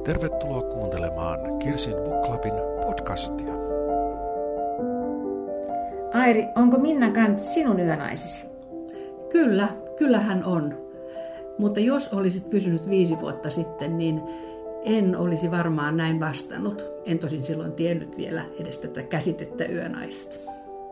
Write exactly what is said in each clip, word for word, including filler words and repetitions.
Tervetuloa kuuntelemaan Kirsin Book Clubin podcastia. Airi, onko Minna Canth sinun yönaisesi? Kyllä, kyllä hän on. Mutta jos olisit kysynyt viisi vuotta sitten, niin en olisi varmaan näin vastannut. En tosin silloin tiennyt vielä edes tätä käsitettä yönaiset.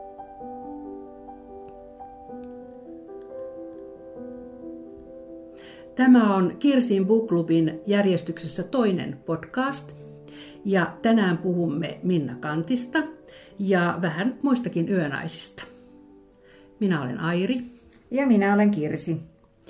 Tämä on Kirsin Book Clubin järjestyksessä toinen podcast. Ja tänään puhumme Minna Canthista ja vähän muistakin yönaisista. Minä olen Airi. Ja minä olen Kirsi.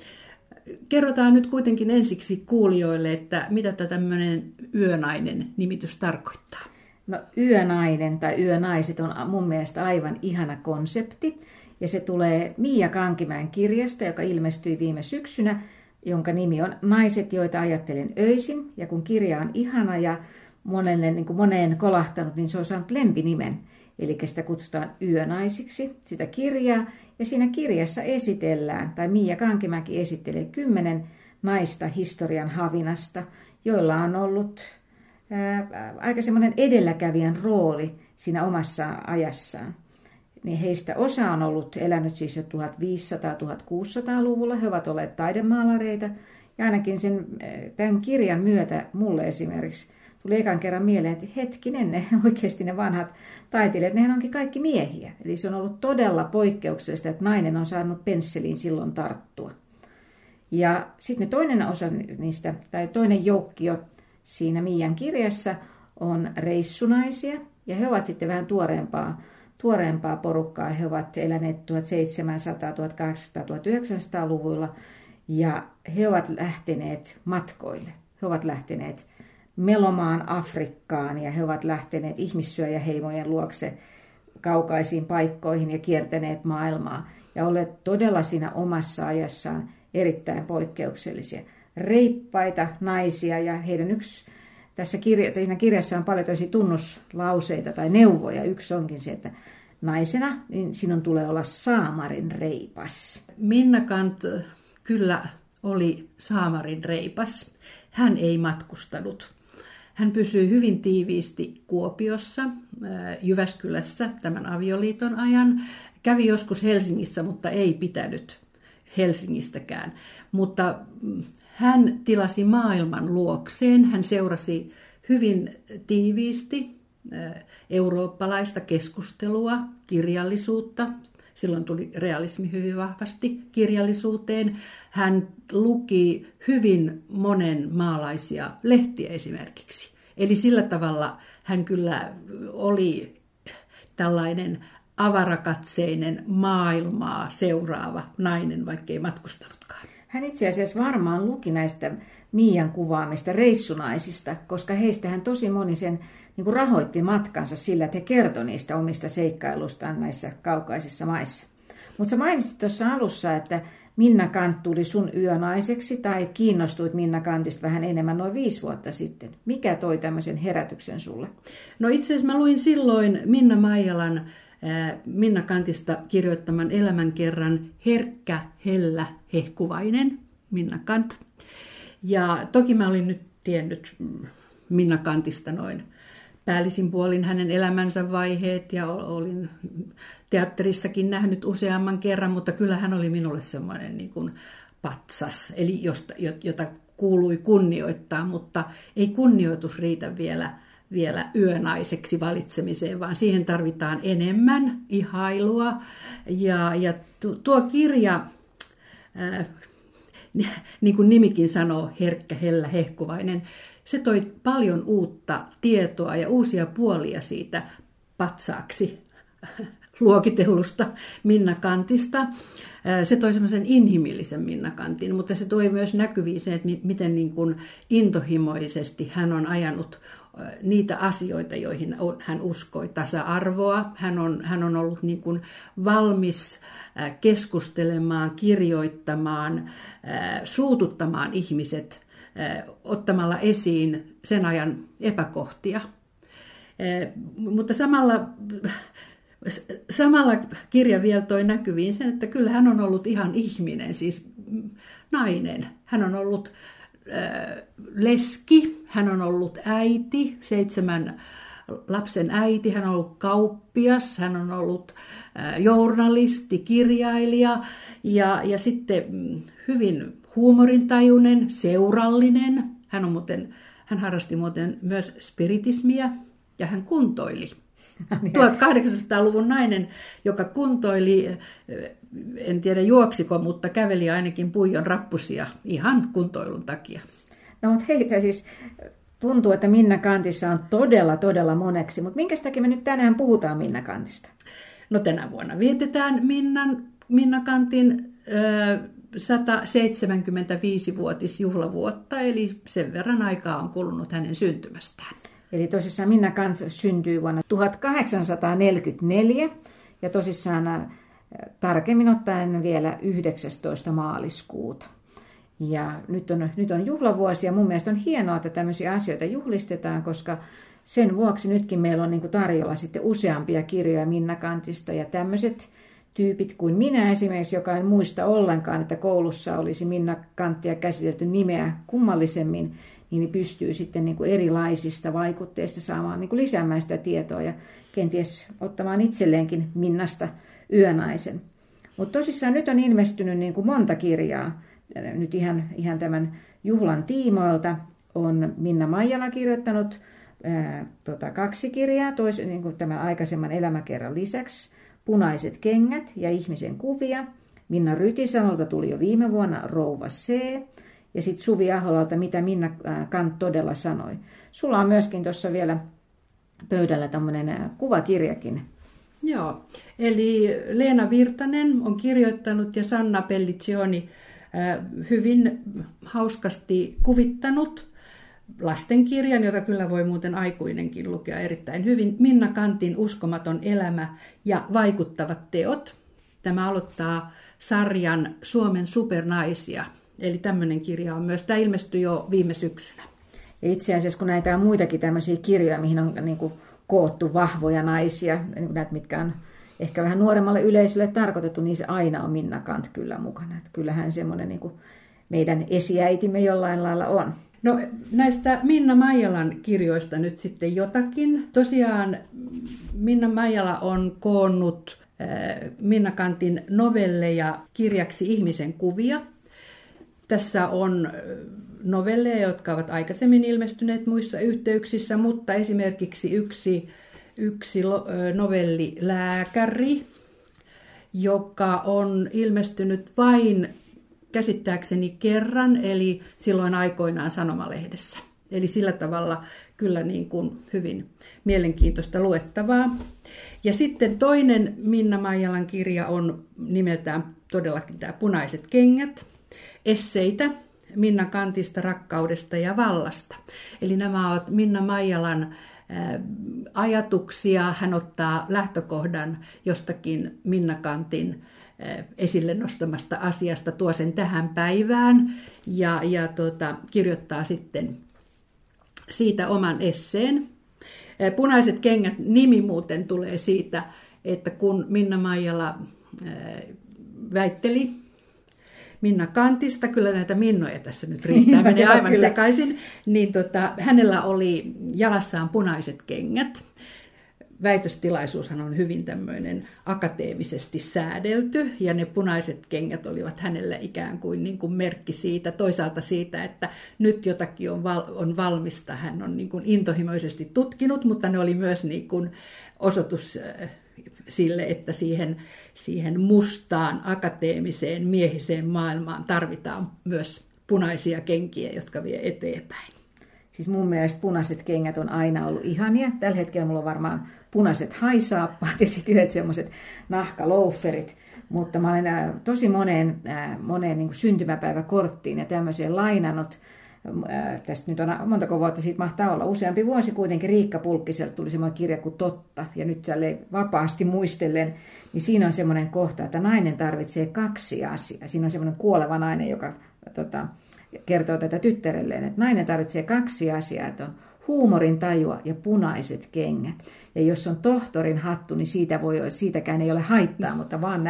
Kerrotaan nyt kuitenkin ensiksi kuulijoille, että mitä tämä tämmöinen yönainen nimitys tarkoittaa. No yönainen tai yönaiset on mun mielestä aivan ihana konsepti. Ja se tulee Miia Kankimäen kirjasta, joka ilmestyi viime syksynä, jonka nimi on Naiset, joita ajattelen öisin. Ja kun kirja on ihana ja monelle, niin kuin moneen kolahtanut, niin se on saanut lempinimen. Eli sitä kutsutaan yönaisiksi, sitä kirjaa. Ja siinä kirjassa esitellään, tai Miia Kankimäki esittelee kymmenen naista historian havinasta, joilla on ollut ää, aika semmoinen edelläkävijän rooli siinä omassa ajassaan. Niin heistä osa on ollut elänyt siis jo tuhatviisisataa-tuhatkuusisataaluvulla, he ovat olleet taidemaalareita. Ja ainakin sen, tämän kirjan myötä mulle esimerkiksi tuli ekan kerran mieleen, että hetkinen, ne oikeasti ne vanhat taiteilijat, nehän onkin kaikki miehiä. Eli se on ollut todella poikkeuksellista, että nainen on saanut pensseliin silloin tarttua. Ja sitten toinen osa niistä, tai toinen joukkio siinä Miian kirjassa on reissunaisia, ja he ovat sitten vähän tuoreempaa, tuoreempaa porukkaa. He ovat eläneet tuhatseitsemänsataa-, tuhatkahdeksansataa-, tuhatyhdeksänsataaluvuilla, ja he ovat lähteneet matkoille. He ovat lähteneet melomaan Afrikkaan ja he ovat lähteneet ihmissyöjäheimojen luokse kaukaisiin paikkoihin ja kiertäneet maailmaa ja olleet todella siinä omassa ajassaan erittäin poikkeuksellisia. Reippaita naisia ja heidän yksi, tässä kirja, siinä kirjassa on paljon tosi tunnuslauseita tai neuvoja. Yksi onkin se, että naisena niin sinun tulee olla saamarin reipas. Minna Canth kyllä oli saamarin reipas. Hän ei matkustanut. Hän pysyi hyvin tiiviisti Kuopiossa, Jyväskylässä tämän avioliiton ajan. Kävi joskus Helsingissä, mutta ei pitänyt Helsingistäkään. Mutta hän tilasi maailman luokseen. Hän seurasi hyvin tiiviisti eurooppalaista keskustelua, kirjallisuutta. Silloin tuli realismi hyvin vahvasti kirjallisuuteen. Hän luki hyvin monen maalaisia lehtiä esimerkiksi. Eli sillä tavalla hän kyllä oli tällainen avarakatseinen maailmaa seuraava nainen, vaikkei matkustanutkaan. Hän itse asiassa varmaan luki näistä Miian kuvaamista reissunaisista, koska heistähän tosi moni sen niin kuin rahoitti matkansa sillä, että he kertoi niistä omista seikkailustaan näissä kaukaisissa maissa. Mutta sä mainitsit tuossa alussa, että Minna Canth tuli sun yönaiseksi tai kiinnostuit Minna Canthista vähän enemmän noin viisi vuotta sitten. Mikä toi tämmöisen herätyksen sulle? No itse asiassa mä luin silloin Minna Maijalan äh, Minna Canthista kirjoittaman elämänkerran Herkkä, hellä, hehkuvainen Minna Canth. Ja toki mä olin nyt tiennyt Minna Canthista noin päällisin puolin hänen elämänsä vaiheet ja olin teatterissakin nähnyt useamman kerran, mutta kyllä hän oli minulle semmoinen niin kuin patsas, eli josta, jota kuului kunnioittaa, mutta ei kunnioitus riitä vielä, vielä yönaiseksi valitsemiseen, vaan siihen tarvitaan enemmän ihailua. Ja, ja tuo kirja, ää, niin kuin nimikin sanoo, herkkä, hellä, hehkuvainen, se toi paljon uutta tietoa ja uusia puolia siitä patsaaksi luokitellusta Minna Canthista. Se toi semmoisen inhimillisen Minna Canthin, mutta se toi myös näkyviin se, että miten niin kuin intohimoisesti hän on ajanut niitä asioita, joihin hän uskoi, tasa-arvoa. Hän on, hän on ollut niin kuin valmis keskustelemaan, kirjoittamaan, suututtamaan ihmiset ottamalla esiin sen ajan epäkohtia. Mutta samalla, samalla kirja vielä toi näkyviin sen, että kyllä hän on ollut ihan ihminen, siis nainen. Hän on ollut leski, hän on ollut äiti, seitsemän lapsen äiti, hän on ollut kauppias, hän on ollut journalisti, kirjailija ja, ja sitten hyvin huumorintajuinen, seurallinen. Hän, on muuten, hän harrasti muuten myös spiritismiä ja hän kuntoili. tuhatkahdeksansataaluvun nainen, joka kuntoili, en tiedä juoksiko, mutta käveli ainakin puijon rappusia ihan kuntoilun takia. No mutta heitä siis tuntuu, että Minna Kantissa on todella, todella moneksi, mutta minkä takia me nyt tänään puhutaan Minna Kantista? No tänä vuonna vietetään Minnan, Minna Kantin äh, sata seitsemänkymmentäviisi-vuotisjuhlavuotta, eli sen verran aikaa on kulunut hänen syntymästään. Eli tosissaan Minna Kant syntyi vuonna tuhatkahdeksansataaneljäkymmentäneljä ja tosissaan tarkemmin ottaen vielä yhdeksästoista maaliskuuta. Ja nyt on, nyt on juhlavuosi ja mun mielestä on hienoa, että tämmöisiä asioita juhlistetaan, koska sen vuoksi nytkin meillä on niin kuin tarjolla sitten useampia kirjoja Minna Kantista ja tämmöiset tyypit kuin minä esimerkiksi, joka en muista ollenkaan, että koulussa olisi Minna Kanttia käsitelty nimeä kummallisemmin, niin pystyy sitten niin kuin erilaisista vaikutteista saamaan niin kuin lisäämään sitä tietoa ja kenties ottamaan itselleenkin Minnasta yönaisen. Mutta tosissaan nyt on ilmestynyt niin kuin monta kirjaa. Nyt ihan, ihan tämän juhlan tiimoilta on Minna Maijala kirjoittanut ää, tota, kaksi kirjaa, tois, niin kuin tämän aikaisemman elämäkerran lisäksi. Punaiset kengät ja ihmisen kuvia. Minna Rytisalolta tuli jo viime vuonna Rouva C. Ja sitten Suvi Aholalta, mitä Minna Kant todella sanoi. Sulla on myöskin tuossa vielä pöydällä tämmöinen kuvakirjakin. Joo, eli Leena Virtanen on kirjoittanut ja Sanna Pelliccioni hyvin hauskasti kuvittanut lastenkirjan, jota kyllä voi muuten aikuinenkin lukea erittäin hyvin. Minna Kantin uskomaton elämä ja vaikuttavat teot. Tämä aloittaa sarjan Suomen supernaisia. Eli tämmöinen kirja on myös. Tämä ilmestyi jo viime syksynä. Ja itse asiassa kun näitä on muitakin tämmöisiä kirjoja, mihin on niin kuin koottu vahvoja naisia, niin näitä mitkä on ehkä vähän nuoremmalle yleisölle tarkoitettu, niin se aina on Minna Kant kyllä mukana. Että kyllähän semmoinen niin kuin meidän esiäitimme jollain lailla on. No näistä Minna Maijalan kirjoista nyt sitten jotakin. Tosiaan Minna Maijala on koonnut Minna Kantin novelleja kirjaksi Ihmisen kuvia. Tässä on novelleja, jotka ovat aikaisemmin ilmestyneet muissa yhteyksissä, mutta esimerkiksi yksi, yksi novelli Lääkäri, joka on ilmestynyt vain käsittääkseni kerran, eli silloin aikoinaan Sanomalehdessä. Eli sillä tavalla kyllä niin kuin hyvin mielenkiintoista luettavaa. Ja sitten toinen Minna Maijalan kirja on nimeltään todellakin tämä Punaiset kengät. Esseitä Minna Kantista, rakkaudesta ja vallasta. Eli nämä ovat Minna Maijalan ajatuksia. Hän ottaa lähtökohdan jostakin Minna Kantin esille nostamasta asiasta, tuo sen tähän päivään ja, ja tuota, kirjoittaa sitten siitä oman esseen. Punaiset kengät nimi muuten tulee siitä, että kun Minna Maijala väitteli Minna Kantista, kyllä näitä Minnoja tässä nyt riittää, menee aivan kyllä sekaisin, niin tota, hänellä oli jalassaan punaiset kengät. Väitöstilaisuushan on hyvin tämmöinen akateemisesti säädelty, ja ne punaiset kengät olivat hänelle ikään kuin, niin kuin merkki siitä, toisaalta siitä, että nyt jotakin on, val, on valmista. Hän on niin kuin intohimoisesti tutkinut, mutta ne oli myös niin kuin osoitus sille, että siihen, siihen mustaan, akateemiseen, miehiseen maailmaan tarvitaan myös punaisia kenkiä, jotka vie eteenpäin. Siis mun mielestä punaiset kengät on aina ollut ihania. Tällä hetkellä mulla on varmaan punaiset haisaappaat ja sitten yhdet semmoiset nahkaloufferit. Mutta mä olen tosi moneen, moneen niin kuin syntymäpäiväkorttiin ja tämmöiseen lainannut. Tästä nyt on montako vuotta siitä mahtaa olla. Useampi vuosi kuitenkin Riikka Pulkkiselta tuli semmoinen kirja kuin Totta. Ja nyt tälleen vapaasti muistellen, niin siinä on semmoinen kohta, että nainen tarvitsee kaksi asiaa. Siinä on semmoinen kuoleva nainen, joka tota, kertoo tätä tyttärelleen, että nainen tarvitsee kaksi asiaa, että on huumorin tajua ja punaiset kengät. Ja jos on tohtorin hattu, niin siitä voi, siitäkään ei ole haittaa, mutta vaan nämä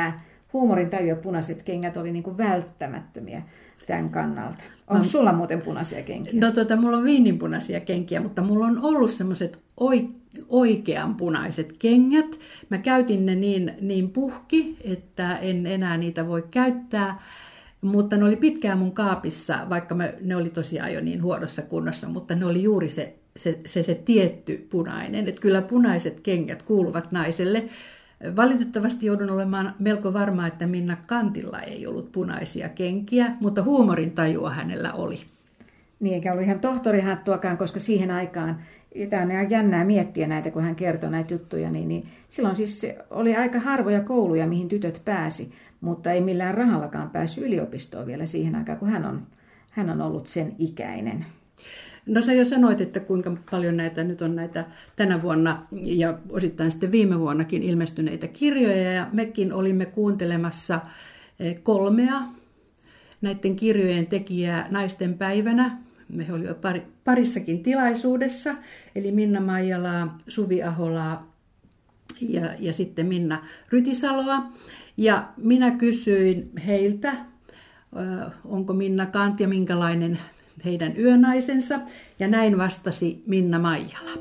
huumorintaju ja punaiset kengät oli niin kuin välttämättömiä tämän kannalta. Onko sulla muuten punaisia kenkiä? No tota, mulla on viininpunaisia kenkiä, mutta mulla on ollut semmoiset oikean punaiset kengät. Mä käytin ne niin, niin puhki, että en enää niitä voi käyttää. Mutta ne oli pitkään mun kaapissa, vaikka mä, ne oli tosiaan jo niin huonossa kunnossa, mutta ne oli juuri se, se, se, se tietty punainen. Että kyllä punaiset kengät kuuluvat naiselle. Valitettavasti joudun olemaan melko varma, että Minna Kantilla ei ollut punaisia kenkiä, mutta huumorin tajua hänellä oli. Niin, eikä ollut ihan tohtorihattuakaan, koska siihen aikaan, tämä on ihan jännää miettiä näitä, kun hän kertoi näitä juttuja, niin, niin silloin siis oli aika harvoja kouluja, mihin tytöt pääsi, mutta ei millään rahallakaan päässyt yliopistoon vielä siihen aikaan, kun hän on, hän on ollut sen ikäinen. No sä jo sanoit, että kuinka paljon näitä nyt on näitä tänä vuonna ja osittain sitten viime vuonnakin ilmestyneitä kirjoja. Ja mekin olimme kuuntelemassa kolmea näiden kirjojen tekijää naisten päivänä. Me olimme pari, parissakin tilaisuudessa, eli Minna Maijalaa, Suvi Aholaa ja, ja sitten Minna Rytisaloa. Ja minä kysyin heiltä, onko Minna Kant ja minkälainen heidän yönaisensa, ja näin vastasi Minna Maijala.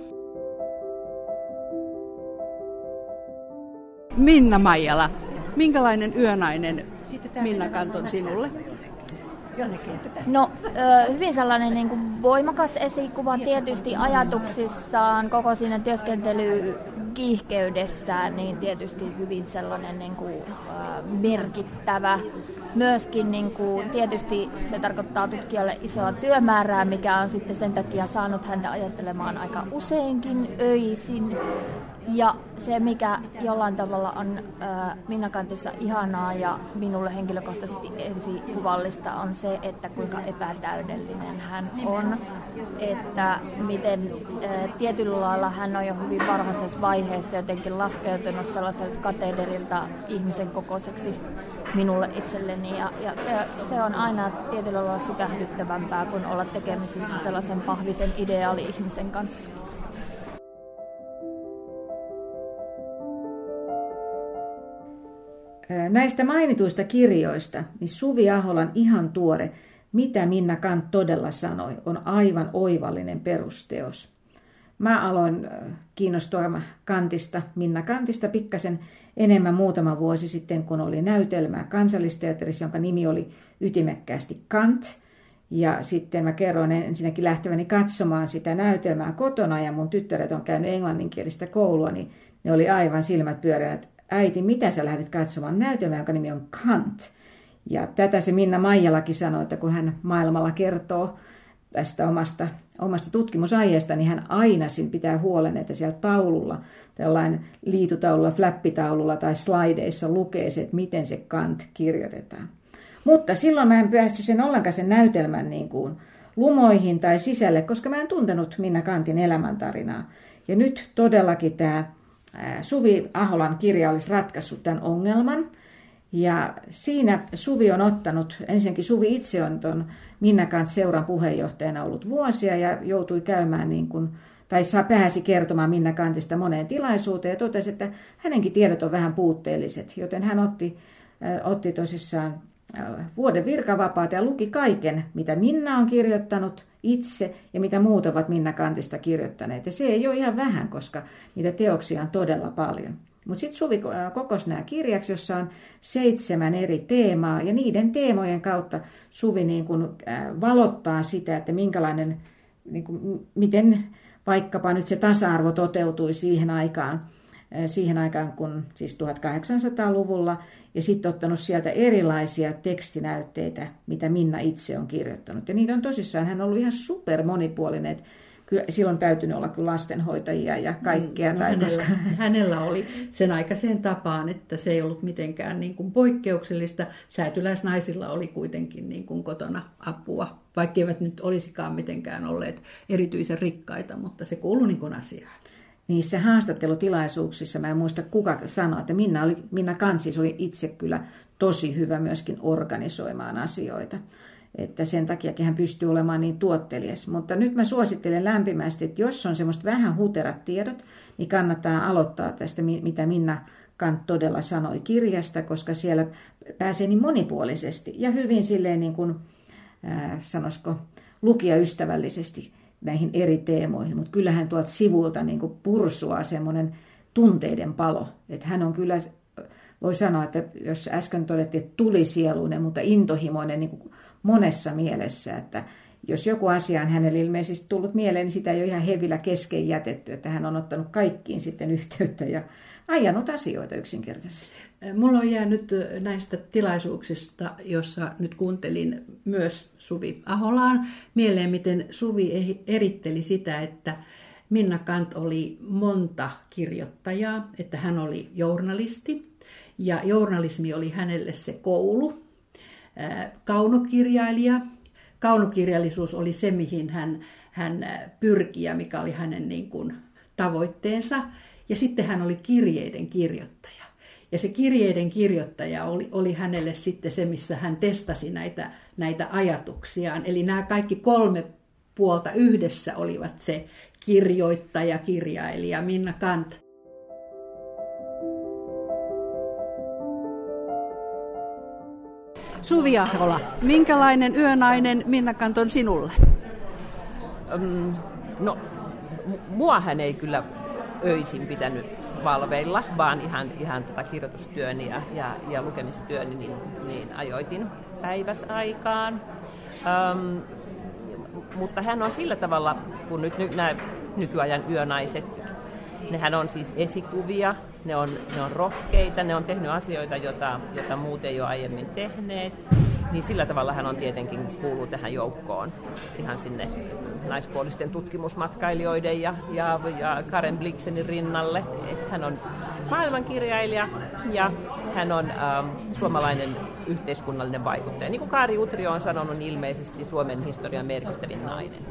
Minna Maijala, minkälainen yönainen Minna Kant on sinulle? No, hyvin sellainen niin kuin voimakas esikuva tietysti ajatuksissaan, koko siinä työskentelykiihkeydessään, niin tietysti hyvin sellainen niin kuin, merkittävä. Myöskin niin kuin, tietysti se tarkoittaa tutkijalle isoa työmäärää, mikä on sitten sen takia saanut häntä ajattelemaan aika useinkin öisin. Ja se, mikä jollain tavalla on äh, Minna Kantissa ihanaa ja minulle henkilökohtaisesti ensikuvallista, on se, että kuinka epätäydellinen hän on. Että miten äh, tietyllä lailla hän on jo hyvin varhaisessa vaiheessa jotenkin laskeutunut sellaiselta kateederilta ihmisen kokoiseksi minulle itselleni. Ja, ja se, se on aina tietyllä lailla sykähdyttävämpää kuin olla tekemisissä sellaisen pahvisen ideaali-ihmisen kanssa. Näistä mainituista kirjoista, niin Suvi Aholan ihan tuore Mitä Minna Kant todella sanoi, on aivan oivallinen perusteos. Mä aloin kiinnostua Kantista, Minna Kantista pikkasen enemmän muutama vuosi sitten, kun oli näytelmä Kansallisteatterissa, jonka nimi oli ytimekkäästi Kant. Ja sitten mä kerroin ensinnäkin lähteväni katsomaan sitä näytelmää kotona, ja mun tyttäret on käynyt englanninkielistä koulua, niin ne oli aivan silmät pyöreät. Äiti, mitä sä lähdit katsomaan näytelmää, jonka nimi on Kant? Ja tätä se Minna Maijalakin sanoi, että kun hän maailmalla kertoo tästä omasta, omasta tutkimusaiheesta, niin hän aina pitää huolen, että siellä taululla, tällainen liitutaululla, flappitaululla tai slideissa lukee se, että miten se Kant kirjoitetaan. Mutta silloin mä en päässyt sen ollenkaan sen näytelmän niin kuin lumoihin tai sisälle, koska mä en tuntenut Minna Kantin elämäntarinaa. Ja nyt todellakin tämä Suvi Aholan kirja olisi ratkaissut tämän ongelman. Ja siinä Suvi on ottanut, ensinnäkin Suvi itse on tuon Minna Kant-seuran puheenjohtajana ollut vuosia ja joutui käymään, niin kuin, tai saa pääsi kertomaan Minna Kantista moneen tilaisuuteen ja totesi, että hänenkin tiedot on vähän puutteelliset, joten hän otti, otti tosissaan vuoden virkavapaata ja luki kaiken, mitä Minna on kirjoittanut itse ja mitä muut ovat Minna Kantista kirjoittaneet. Ja se ei ole ihan vähän, koska niitä teoksia on todella paljon. Mutta sitten Suvi kokosi nämä kirjaksi, jossa on seitsemän eri teemaa, ja niiden teemojen kautta Suvi niin kun valottaa sitä, että minkälainen, niin kun, miten vaikkapa nyt se tasa-arvo toteutui siihen aikaan, siihen aikaan kun siis tuhatkahdeksansataaluvulla, ja sitten ottanut sieltä erilaisia tekstinäytteitä, mitä Minna itse on kirjoittanut. Ja niitä on tosissaan, hän on ollut ihan super monipuolinen. Kyllä silloin täytynyt olla kyllä lastenhoitajia ja kaikkea. No, tai hänellä, koska... hänellä oli sen aikaiseen tapaan, että se ei ollut mitenkään niin kuin poikkeuksellista. Säätyläisnaisilla oli kuitenkin niin kuin kotona apua, vaikka eivät nyt olisikaan mitenkään olleet erityisen rikkaita, mutta se kuului niin kuin asiaan. Niissä haastattelutilaisuuksissa, mä en muista kuka sanoi, että Minna, oli, Minna Kant siis oli itse kyllä tosi hyvä myöskin organisoimaan asioita. Että sen takiakin hän pystyy olemaan niin tuottelias. Mutta nyt mä suosittelen lämpimästi, että jos on semmoista vähän huterat tiedot, niin kannattaa aloittaa tästä, mitä Minna Kant todella sanoi kirjasta, koska siellä pääsee niin monipuolisesti ja hyvin silleen niin kuin, äh, sanoisiko, lukijaystävällisesti näihin eri teemoihin. Mutta kyllähän tuolta sivulta niin kuin pursuaa semmoinen tunteiden palo. Että hän on kyllä, voi sanoa, että jos äsken todettiin, että tulisieluinen, mutta intohimoinen niin kuin monessa mielessä, että jos joku asia on hänelle ilmeisesti tullut mieleen, niin sitä ei ole ihan hevillä kesken jätetty, että hän on ottanut kaikkiin sitten yhteyttä ja ajanut asioita yksinkertaisesti. Mulla on jäänyt näistä tilaisuuksista, jossa nyt kuuntelin myös Suvi Aholaan, mieleen, miten Suvi eritteli sitä, että Minna Kant oli monta kirjoittajaa, että hän oli journalisti ja journalismi oli hänelle se koulu, kaunokirjailija. Kaunokirjallisuus oli se, mihin hän, hän pyrki ja mikä oli hänen niin kuin tavoitteensa. Ja sitten hän oli kirjeiden kirjoittaja. Ja se kirjeiden kirjoittaja oli, oli hänelle sitten se, missä hän testasi näitä, näitä ajatuksiaan. Eli nämä kaikki kolme puolta yhdessä olivat se kirjoittaja, kirjailija Minna Kant. Suvi Ahola, minkälainen yönainen Minna Kant on sinulle? Um, no, mua hän ei kyllä öisin pitänyt valveilla, vaan ihan, ihan tätä kirjoitustyöni ja, ja, ja lukemistyöni niin, niin ajoitin päiväsaikaan. Um, mutta hän on sillä tavalla, kun nyt, nyt nämä nykyajan yönaiset, nehän on siis esikuvia, ne on, ne on rohkeita, ne on tehnyt asioita, joita, joita muut ei ole aiemmin tehneet, niin sillä tavalla hän on tietenkin kuuluu tähän joukkoon ihan sinne naispuolisten tutkimusmatkailijoiden ja, ja, ja Karen Blixenin rinnalle. Et hän on maailmankirjailija ja hän on ähm, suomalainen yhteiskunnallinen vaikuttaja. Niin kuin Kaari Utrio on sanonut, niin ilmeisesti Suomen historian merkittävin nainen.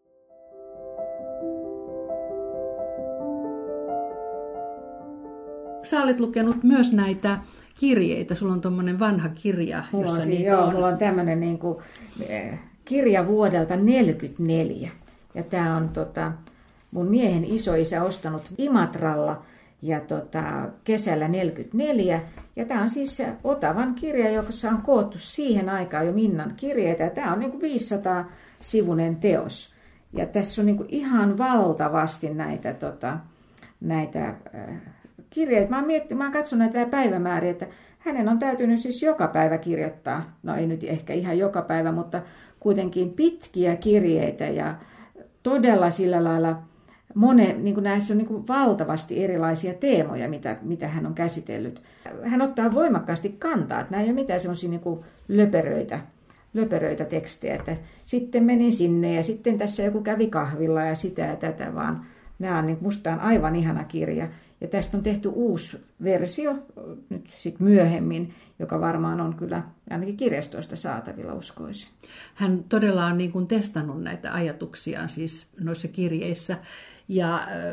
Sä olet lukenut myös näitä kirjeitä. Sulla on tuommoinen vanha kirja, mulla jossa on, niitä joo, on. Mulla on tämmöinen niin kuin, eh, kirja vuodelta neljäkymmentäneljä. Ja tämä on tota, mun miehen isoisä ostanut Imatralla ja tota, kesällä neljäkymmentäneljä. Ja tämä on siis Otavan kirja, jossa on koottu siihen aikaan jo Minnan kirjeitä. Ja tämä on niin kuin viisisataa-sivuinen teos. Ja tässä on niin kuin ihan valtavasti näitä, tota, näitä äh, kirjeitä. Mä oon, miettinyt, mä oon katsonut näitä päivämääriä, että hänen on täytynyt siis joka päivä kirjoittaa. No ei nyt ehkä ihan joka päivä, mutta kuitenkin pitkiä kirjeitä ja todella sillä lailla Mone, niin kuin näissä on niin kuin valtavasti erilaisia teemoja, mitä, mitä hän on käsitellyt. Hän ottaa voimakkaasti kantaa, että nämä ei ole mitään semmoisia niin kuin löperöitä, löperöitä tekstejä, että sitten menin sinne ja sitten tässä joku kävi kahvilla ja sitä ja tätä, vaan nämä on niin, musta on aivan ihana kirja. Ja tästä on tehty uusi versio nyt sit myöhemmin, joka varmaan on kyllä ainakin kirjastoista saatavilla, uskoisin. Hän todella on niin kuin testannut näitä ajatuksiaan siis noissa kirjeissä ja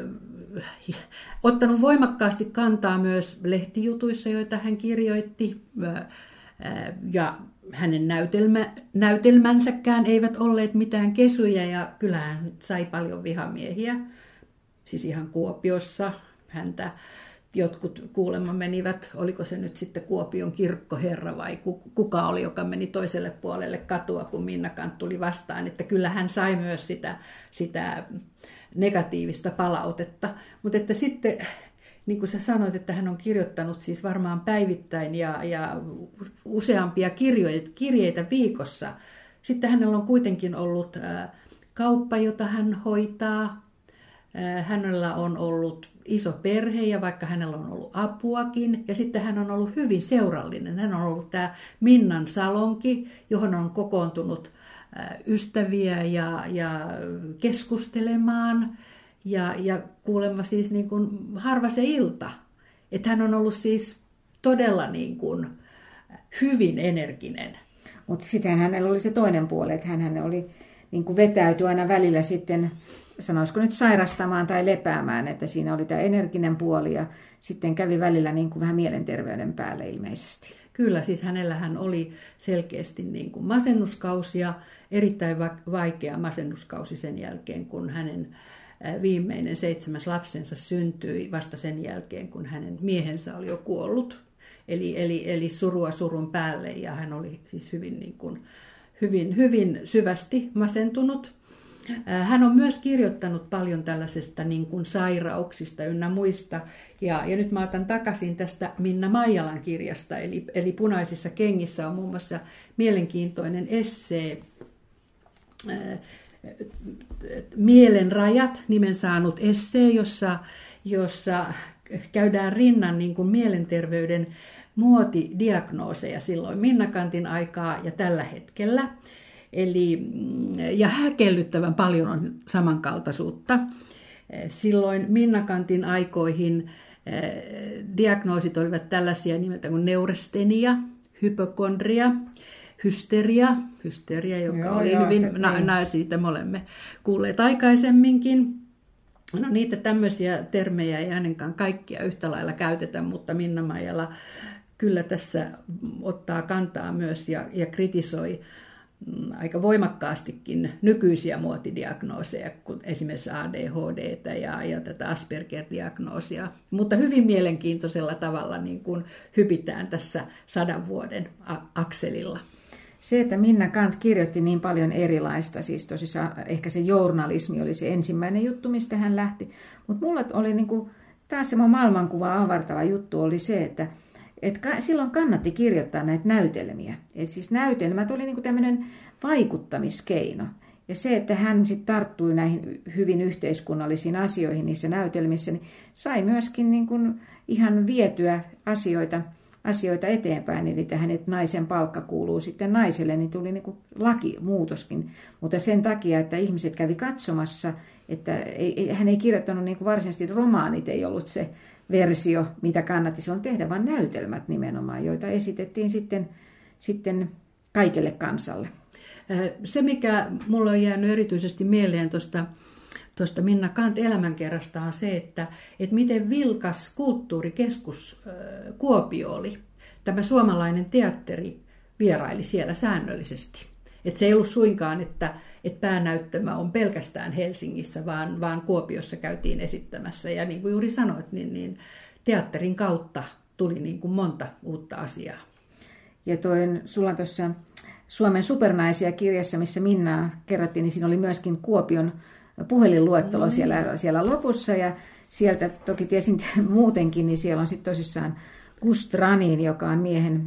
äh, ottanut voimakkaasti kantaa myös lehtijutuissa, joita hän kirjoitti. Äh, ja hänen näytelmä, näytelmänsäkään eivät olleet mitään kesuja ja kyllähän hän sai paljon vihamiehiä, siis ihan Kuopiossa. Häntä jotkut kuulemma menivät, oliko se nyt sitten Kuopion kirkkoherra vai kuka oli, joka meni toiselle puolelle katua, kun Minna Kant tuli vastaan. Että kyllä hän sai myös sitä, sitä negatiivista palautetta. Mutta että sitten, niin kuin sä sanoit, että hän on kirjoittanut siis varmaan päivittäin ja, ja useampia kirjoita, kirjeitä viikossa. Sitten hänellä on kuitenkin ollut ä, kauppa, jota hän hoitaa. Hänellä on ollut iso perhe ja vaikka hänellä on ollut apuakin. Ja sitten hän on ollut hyvin seurallinen. Hän on ollut tämä Minnan salonki, johon on kokoontunut ystäviä ja, ja keskustelemaan. Ja, ja kuulemma siis niin kuin harva se ilta. Että hän on ollut siis todella niin kuin hyvin energinen. Mutta sitten hänellä oli se toinen puoli, että hän oli niin kuin vetäytyi aina välillä sitten, sanoisiko nyt sairastamaan tai lepäämään, että siinä oli tämä energinen puoli ja sitten kävi välillä niin kuin vähän mielenterveyden päälle ilmeisesti. Kyllä, siis hänellähän oli selkeästi niin kuin masennuskausi ja erittäin vaikea masennuskausi sen jälkeen, kun hänen viimeinen seitsemäs lapsensa syntyi vasta sen jälkeen, kun hänen miehensä oli jo kuollut. Eli, eli, eli surua surun päälle, ja hän oli siis hyvin, niin kuin, hyvin, hyvin syvästi masentunut. Hän on myös kirjoittanut paljon tällaisesta niin kuin sairauksista ynnä muista. Ja, ja nyt mä otan takaisin tästä Minna Maijalan kirjasta, eli, eli Punaisissa kengissä on muun muassa mielenkiintoinen essee, ää, Mielen rajat nimen saanut essee, jossa, jossa käydään rinnan niin kuin mielenterveyden muotidiagnooseja silloin Minna Canthin aikaa ja tällä hetkellä. Eli, ja häkellyttävän paljon on samankaltaisuutta. Silloin Minna Canthin aikoihin diagnoosit olivat tällaisia nimeltä kuin neurastenia, hypokondria, hysteria, hysteria joka joo, oli joo, hyvin, se, na, na, siitä me olemme kuulleet aikaisemminkin. No niitä tämmöisiä termejä ei ainakaan kaikkia yhtä lailla käytetä, mutta Minna Maijala kyllä tässä ottaa kantaa myös ja, ja kritisoi aika voimakkaastikin nykyisiä muotidiagnooseja, kuin esimerkiksi A D H D:tä ja, ja tätä Asperger-diagnoosia. Mutta hyvin mielenkiintoisella tavalla niin kuin hypitään tässä sadan vuoden akselilla. Se, että Minna Canth kirjoitti niin paljon erilaista, siis tosissaan ehkä se journalismi oli se ensimmäinen juttu, mistä hän lähti. Mutta mulla oli niin kuin, taas se mun maailmankuvaa avartava juttu oli se, että et ka- silloin kannatti kirjoittaa näitä näytelmiä. Et siis näytelmät oli niinku tämmöinen vaikuttamiskeino. Ja se, että hän sitten tarttui näihin hyvin yhteiskunnallisiin asioihin niissä näytelmissä, niin sai myöskin niinku ihan vietyä asioita, asioita eteenpäin. Eli tähän, että naisen palkka kuuluu sitten naiselle, niin tuli niinku lakimuutoskin. Mutta sen takia, että ihmiset kävi katsomassa, että ei, ei, hän ei kirjoittanut niinku varsinaisesti romaanit, ei ollut se versio, mitä kannatti silloin tehdä, vaan näytelmät nimenomaan, joita esitettiin sitten, sitten kaikelle kansalle. Se, mikä mulla on jäänyt erityisesti mieleen tuosta tuosta Minna Canth elämänkerrasta on se, että, että miten vilkas kulttuurikeskus Kuopio oli. Tämä suomalainen teatteri vieraili siellä säännöllisesti. Että se ei ollut suinkaan, että, että päänäyttämä on pelkästään Helsingissä, vaan, vaan Kuopiossa käytiin esittämässä. Ja niin kuin juuri sanoit, niin, niin teatterin kautta tuli niin kuin monta uutta asiaa. Ja toin sulla tuossa Suomen supernaisia -kirjassa, missä Minna kerrottiin, niin siinä oli myöskin Kuopion puhelinluettelo no, siellä, siellä lopussa. Ja sieltä toki tiesin muutenkin, niin siellä on sitten tosissaan Gust Ranin, joka on miehen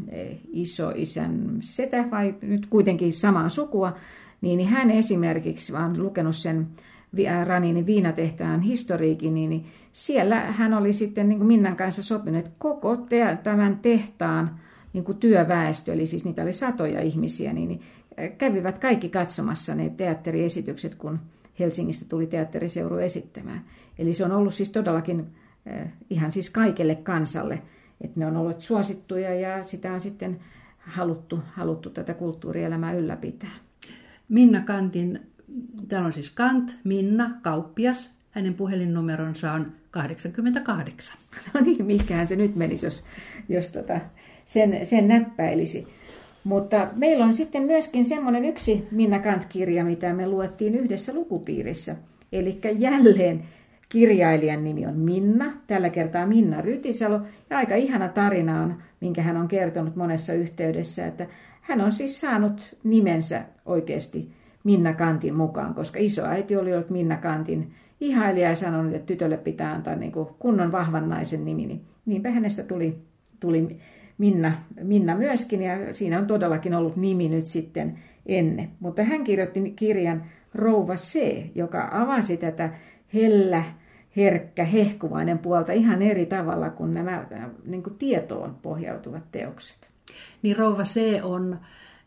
isoisän setä, vai nyt kuitenkin samaa sukua, niin hän esimerkiksi, vaan lukenut sen Raninin Viinatehtaan historiikin, niin siellä hän oli sitten niin kuin Minnan kanssa sopinut, että koko te- tämän tehtaan niin kuin työväestö, eli siis niitä oli satoja ihmisiä, niin kävivät kaikki katsomassa ne teatteriesitykset, kun Helsingistä tuli teatteriseuru esittämään. Eli se on ollut siis todellakin ihan siis kaikelle kansalle, että ne on ollut suosittuja ja sitä on sitten haluttu, haluttu tätä kulttuurielämää ylläpitää. Minna Canthin, täällä on siis Canth, Minna, kauppias. Hänen puhelinnumeronsa on kahdeksankymmentäkahdeksan. No niin, mihinkähän se nyt menisi, jos, jos tota, sen, sen näppäilisi. Mutta meillä on sitten myöskin semmoinen yksi Minna Canth-kirja, mitä me luettiin yhdessä lukupiirissä. Eli jälleen kirjailijan nimi on Minna, tällä kertaa Minna Rytisalo. Ja aika ihana tarina on, minkä hän on kertonut monessa yhteydessä, että hän on siis saanut nimensä oikeasti Minna Canthin mukaan, koska isoäiti oli ollut Minna Canthin ihailija ja sanonut, että tytölle pitää antaa niin kuin kunnon vahvan naisen nimi. Niin niinpä hänestä tuli, tuli Minna, Minna myöskin, ja siinä on todellakin ollut nimi nyt sitten ennen. Mutta hän kirjoitti kirjan Rouva C, joka avasi tätä hellä, herkkä, hehkuvainen puolta ihan eri tavalla kuin nämä niin kuin tietoon pohjautuvat teokset. Niin Rouva C on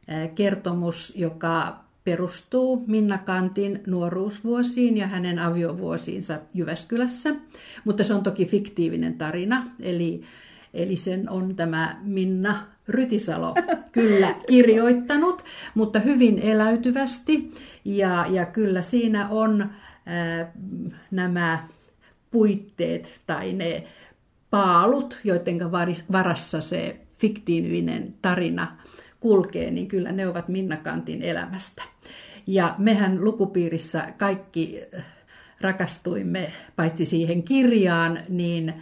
kertomus, joka perustuu Minna Canthin nuoruusvuosiin ja hänen aviovuosiinsa Jyväskylässä, mutta se on toki fiktiivinen tarina, eli, eli sen on tämä Minna Rytisalo kyllä kirjoittanut, mutta hyvin eläytyvästi, ja, ja kyllä siinä on ää, nämä puitteet tai ne paalut, joiden varassa se fiktiivinen tarina kulkee, niin kyllä ne ovat Minna Canthin elämästä. Ja mehän lukupiirissä kaikki rakastuimme paitsi siihen kirjaan, niin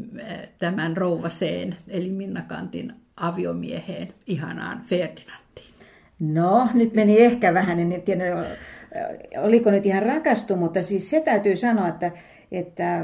tämän rouva C:n, eli Minna Canthin aviomieheen, ihanaan Ferdinandiin. No, nyt meni ehkä vähän, en tiedä, oliko nyt ihan rakastu, mutta siis se täytyy sanoa, että, että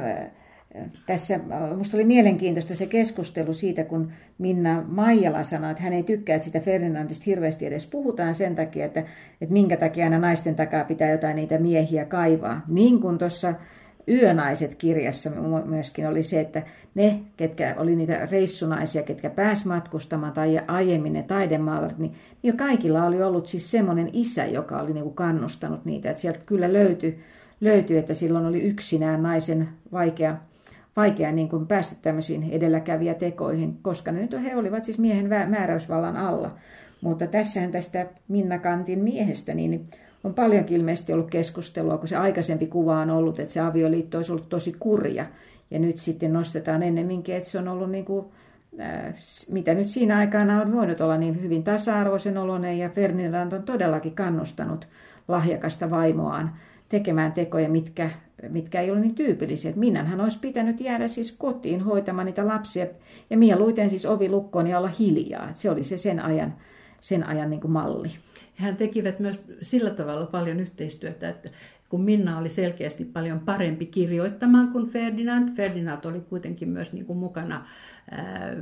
tässä musta oli mielenkiintoista se keskustelu siitä, kun Minna Maijala sanoi, että hän ei tykkää, että sitä Ferdinandista hirveästi edes puhutaan sen takia, että, että minkä takia aina naisten takaa pitää jotain niitä miehiä kaivaa. Niin kuin tuossa Yönaiset-kirjassa myöskin oli se, että ne, ketkä oli niitä reissunaisia, ketkä pääsi matkustamaan tai aiemmin ne taidemaalat, niin, niin kaikilla oli ollut siis semmoinen isä, joka oli niin kuin kannustanut niitä. Että sieltä kyllä löytyi, löytyi, että silloin oli yksinään naisen vaikea, vaikea niin kuin päästä tämmöisiin edelläkävijätekoihin, koska ne nyt he olivat siis miehen määräysvallan alla. Mutta tässähän tästä Minna Canthin miehestä, niin on paljonkin ilmeisesti ollut keskustelua, kun se aikaisempi kuva on ollut, että se avioliitto olisi ollut tosi kurja. Ja nyt sitten nostetaan ennemminkin, että se on ollut niin kuin, äh, mitä nyt siinä aikana on voinut olla niin hyvin tasa-arvoisen oloinen. Ja Ferdinand on todellakin kannustanut lahjakasta vaimoaan tekemään tekoja, mitkä, mitkä ei ole niin tyypillisiä. Että Minnanhan olisi pitänyt jäädä siis kotiin hoitamaan niitä lapsia ja mieluiten siis ovi lukkoon ja olla hiljaa. Että se oli se sen ajan, sen ajan niin kuin malli. Hän tekivät myös sillä tavalla paljon yhteistyötä, että kun Minna oli selkeästi paljon parempi kirjoittamaan kuin Ferdinand. Ferdinand oli kuitenkin myös niin kuin mukana ää,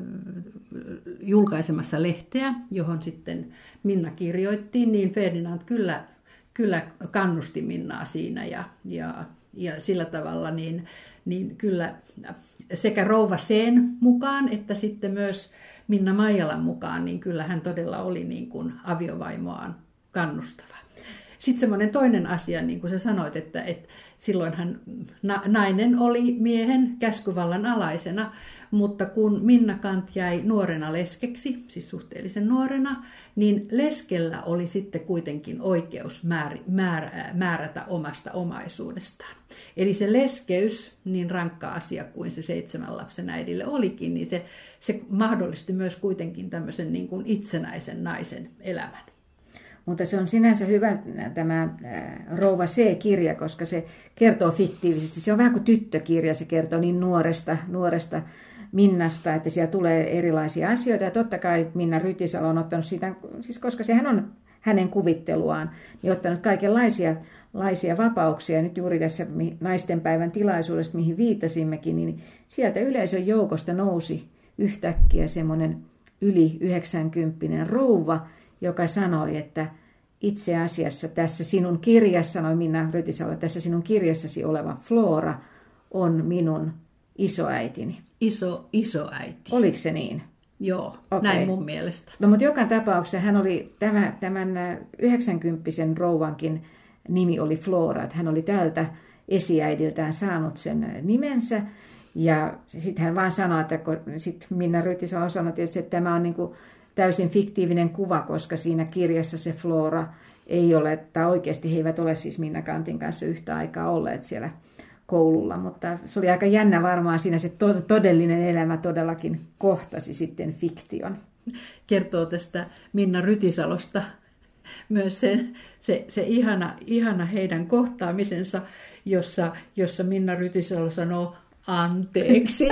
julkaisemassa lehteä, johon sitten Minna kirjoitti, niin Ferdinand kyllä, kyllä kannusti Minnaa siinä ja, ja, ja sillä tavalla niin, niin kyllä sekä rouva C:n mukaan että sitten myös Minna Maijalan mukaan, niin kyllä hän todella oli niin kuin aviovaimoaan kannustava. Sitten semmoinen toinen asia, niin kuin sä sanoit, että, että silloinhan na- nainen oli miehen käskyvallan alaisena, mutta kun Minna Canth jäi nuorena leskeksi, siis suhteellisen nuorena, niin leskellä oli sitten kuitenkin oikeus määr- määr- määrätä omasta omaisuudestaan. Eli se leskeys, niin rankka asia kuin se seitsemän lapsen äidille olikin, niin se, se mahdollisti myös kuitenkin tämmöisen niin kuin itsenäisen naisen elämän. Mutta se on sinänsä hyvä tämä Rouva C-kirja, koska se kertoo fiktiivisesti. Se on vähän kuin tyttökirja, se kertoo niin nuoresta, nuoresta Minnasta, että siellä tulee erilaisia asioita. Ja totta kai Minna Rytisalo on ottanut siitä, siis koska sehän on hänen kuvitteluaan, niin ottanut kaikenlaisia laisia vapauksia. Ja nyt juuri tässä naistenpäivän tilaisuudesta, mihin viittasimmekin, niin sieltä yleisön joukosta nousi yhtäkkiä semmoinen yli yhdeksänkymppinen rouva, joka sanoi, että itse asiassa tässä sinun kirjassa, sanoi Minna Rytisalo, tässä sinun kirjassasi oleva Flora on minun isoäitini. Iso, isoäiti. Oliko se niin? Joo, okay. Näin mun mielestä. No mutta joka tapauksessa hän oli, tämä, tämän yhdeksänkymppisen rouvankin nimi oli Flora, että hän oli tältä esiäidiltään saanut sen nimensä. Ja sitten hän vaan sanoi, että sit Minna Rytisalo sanoi tietysti, että tämä on niin kuin täysin fiktiivinen kuva, koska siinä kirjassa se Flora ei ole, tai oikeasti he eivät ole siis Minna Canthin kanssa yhtä aikaa olleet siellä koululla, mutta se oli aika jännä varmaan siinä se todellinen elämä todellakin kohtasi sitten fiktion. Kertoo tästä Minna Rytisalosta myös se, se, se ihana, ihana heidän kohtaamisensa, jossa, jossa Minna Rytisalo sanoo anteeksi.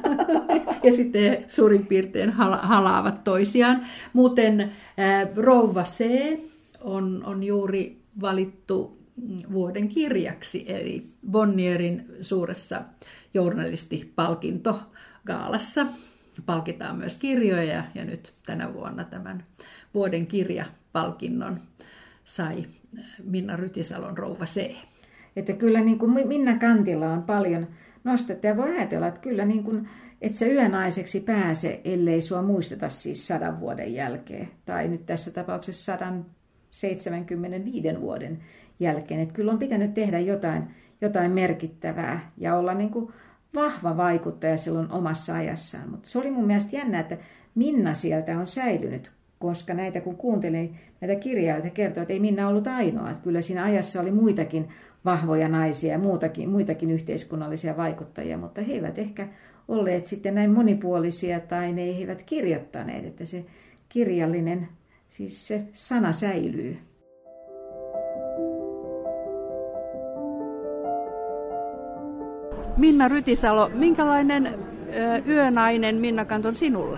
Ja sitten suurin piirtein halaavat toisiaan. Muuten ää, Rouva C on, on juuri valittu vuoden kirjaksi, eli Bonnierin suuressa journalistipalkintogaalassa. Palkitaan myös kirjoja, ja nyt tänä vuonna tämän vuoden kirjapalkinnon sai Minna Rytisalon Rouva C. Että kyllä niin kuin Minna Canthilla on paljon nostetta, ja voi ajatella, että kyllä niin kuin, et sä yönaiseksi pääse, ellei sua muisteta siis sadan vuoden jälkeen, tai nyt tässä tapauksessa sadan seitsemänkymmentäviiden vuoden jälkeen. Että kyllä on pitänyt tehdä jotain, jotain merkittävää ja olla niin kuin vahva vaikuttaja silloin omassa ajassaan. Mutta se oli mun mielestä jännä, että Minna sieltä on säilynyt, koska näitä kun kuuntelin näitä kirjailijoita kertoo, että ei Minna ollut ainoa. Että kyllä siinä ajassa oli muitakin vahvoja naisia ja muutakin, muitakin yhteiskunnallisia vaikuttajia, mutta he eivät ehkä olleet sitten näin monipuolisia tai ne eivät kirjoittaneet, että se kirjallinen, siis se sana säilyy. Minna Rytisalo, minkälainen yönainen Minna Kant on sinulle?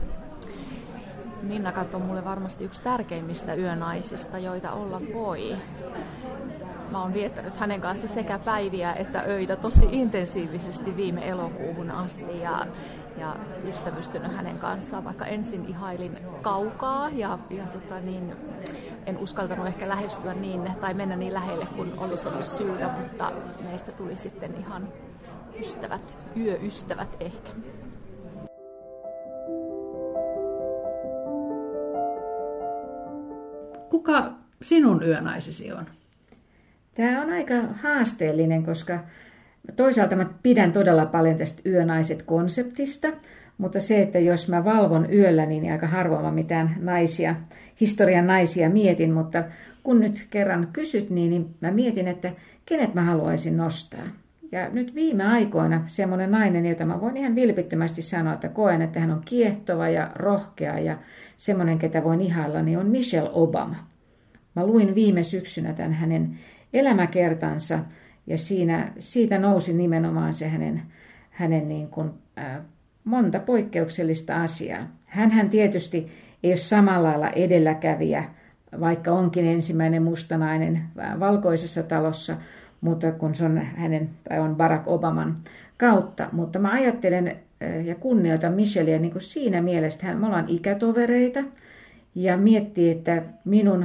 Minna Kant on mulle varmasti yksi tärkeimmistä yönaisista, joita olla voi. Mä oon viettänyt hänen kanssa sekä päiviä että öitä tosi intensiivisesti viime elokuuhun asti ja, ja ystävystynyt hänen kanssaan, vaikka ensin ihailin kaukaa ja, ja tota niin, en uskaltanut ehkä lähestyä niin tai mennä niin lähelle kuin olisi ollut syytä, mutta meistä tuli sitten ihan ystävät, yöystävät ehkä. Kuka sinun yönaisesi on? Tämä on aika haasteellinen, koska toisaalta mä pidän todella paljon tästä yönaiset-konseptista, mutta se, että jos mä valvon yöllä, niin aika harvoin mä mitään naisia, historian naisia mietin, mutta kun nyt kerran kysyt, niin, niin mä mietin, että kenet mä haluaisin nostaa. Ja nyt viime aikoina semmoinen nainen, jota mä voin ihan vilpittömästi sanoa, että koen, että hän on kiehtova ja rohkea ja semmoinen, ketä voin ihailla, niin on Michelle Obama. Mä luin viime syksynä tämän hänen elämäkertansa ja siinä, siitä nousi nimenomaan se hänen, hänen niin kuin, äh, monta poikkeuksellista asiaa. Hänhän tietysti ei ole samalla lailla edelläkävijä, vaikka onkin ensimmäinen mustanainen valkoisessa talossa, mutta kun se on hänen tai on Barack Obaman kautta. Mutta mä ajattelen ja kunnioitan Michellea niin kuin siinä mielessä, että me ollaan ikätovereita ja miettii, että minun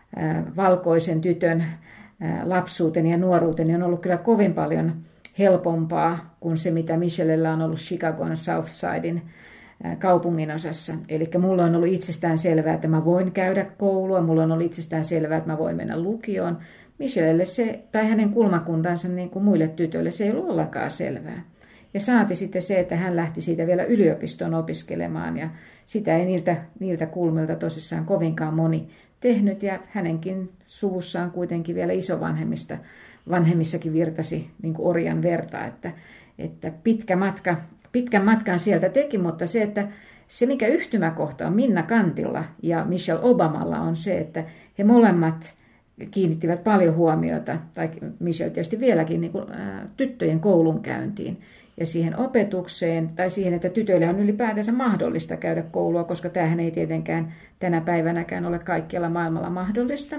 valkoisen tytön lapsuuteni ja nuoruuteni on ollut kyllä kovin paljon helpompaa kuin se, mitä Michellellä on ollut Chicagon South Sidein kaupungin osassa. Eli mulla on ollut itsestään selvää, että mä voin käydä koulua, mulla on ollut itsestään selvää, että mä voin mennä lukioon. Michellelle se, tai hänen kulmakuntansa niin kuin muille tytöille, se ei ollut ollenkaan selvää. Ja saati sitten se, että hän lähti siitä vielä yliopistoon opiskelemaan, ja sitä ei niiltä, niiltä kulmilta tosissaan kovinkaan moni tehnyt, ja hänenkin suvussaan kuitenkin vielä isovanhemmista, vanhemmissakin virtasi niin kuin orjan verta, että, että pitkä matka, pitkän matkan sieltä teki, mutta se, että se mikä yhtymäkohta on Minna Kantilla ja Michelle Obamalla on se, että he molemmat kiinnittivät paljon huomiota, tai Michelle tietysti vieläkin, niin kuin, ää, tyttöjen koulunkäyntiin ja siihen opetukseen, tai siihen, että tytöille on ylipäätänsä mahdollista käydä koulua, koska tämähän ei tietenkään tänä päivänäkään ole kaikkialla maailmalla mahdollista.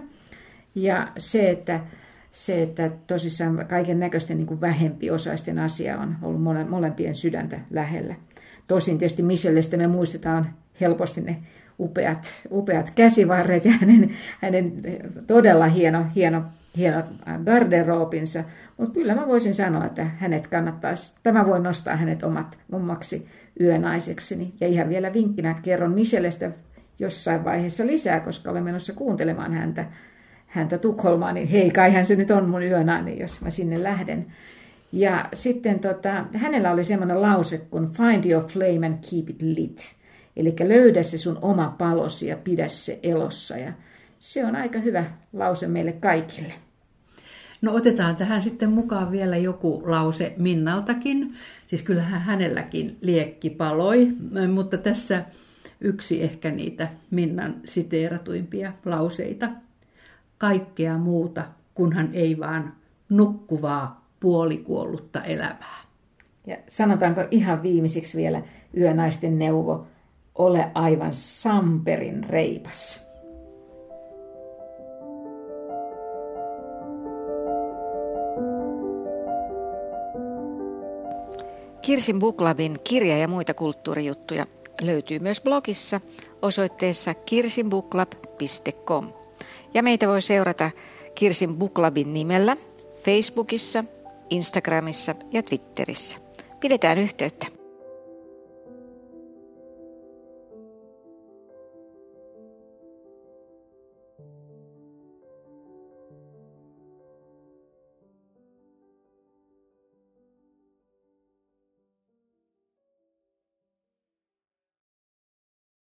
Ja se, että, se, että tosissaan kaiken näköisten niin kuin vähempiosaisten asia on ollut mole, molempien sydäntä lähellä. Tosin tietysti Michellestä me muistetaan helposti ne upeat, upeat käsivarret ja hänen, hänen todella hieno, hieno, hieno garderoobinsa. Mutta kyllä mä voisin sanoa, että hänet kannattaisi, tämä voi nostaa hänet omat, omaksi yönaisekseni. Ja ihan vielä vinkkinä kerron Michellestä jossain vaiheessa lisää, koska olen menossa kuuntelemaan häntä, häntä Tukholmaan, niin hei, kaihan se nyt on mun yönainen, jos mä sinne lähden. Ja sitten tota, hänellä oli semmoinen lause kuin find your flame and keep it lit. Eli löydä se sun oma palosi ja pidä se elossa. Ja se on aika hyvä lause meille kaikille. No otetaan tähän sitten mukaan vielä joku lause Minnaltakin. Siis kyllähän hänelläkin liekki paloi, mutta tässä yksi ehkä niitä Minnan siteeratuimpia lauseita. Kaikkea muuta, kunhan ei vaan nukkuvaa puolikuollutta elämää. Ja sanotaanko ihan viimeisiksi vielä yönaisten neuvo, ole aivan samperin reipas. Kirsin Book Clubin kirja- ja muita kulttuurijuttuja löytyy myös blogissa osoitteessa kirsin book club piste com. Ja meitä voi seurata Kirsin Book Clubin nimellä Facebookissa, Instagramissa ja Twitterissä. Pidetään yhteyttä.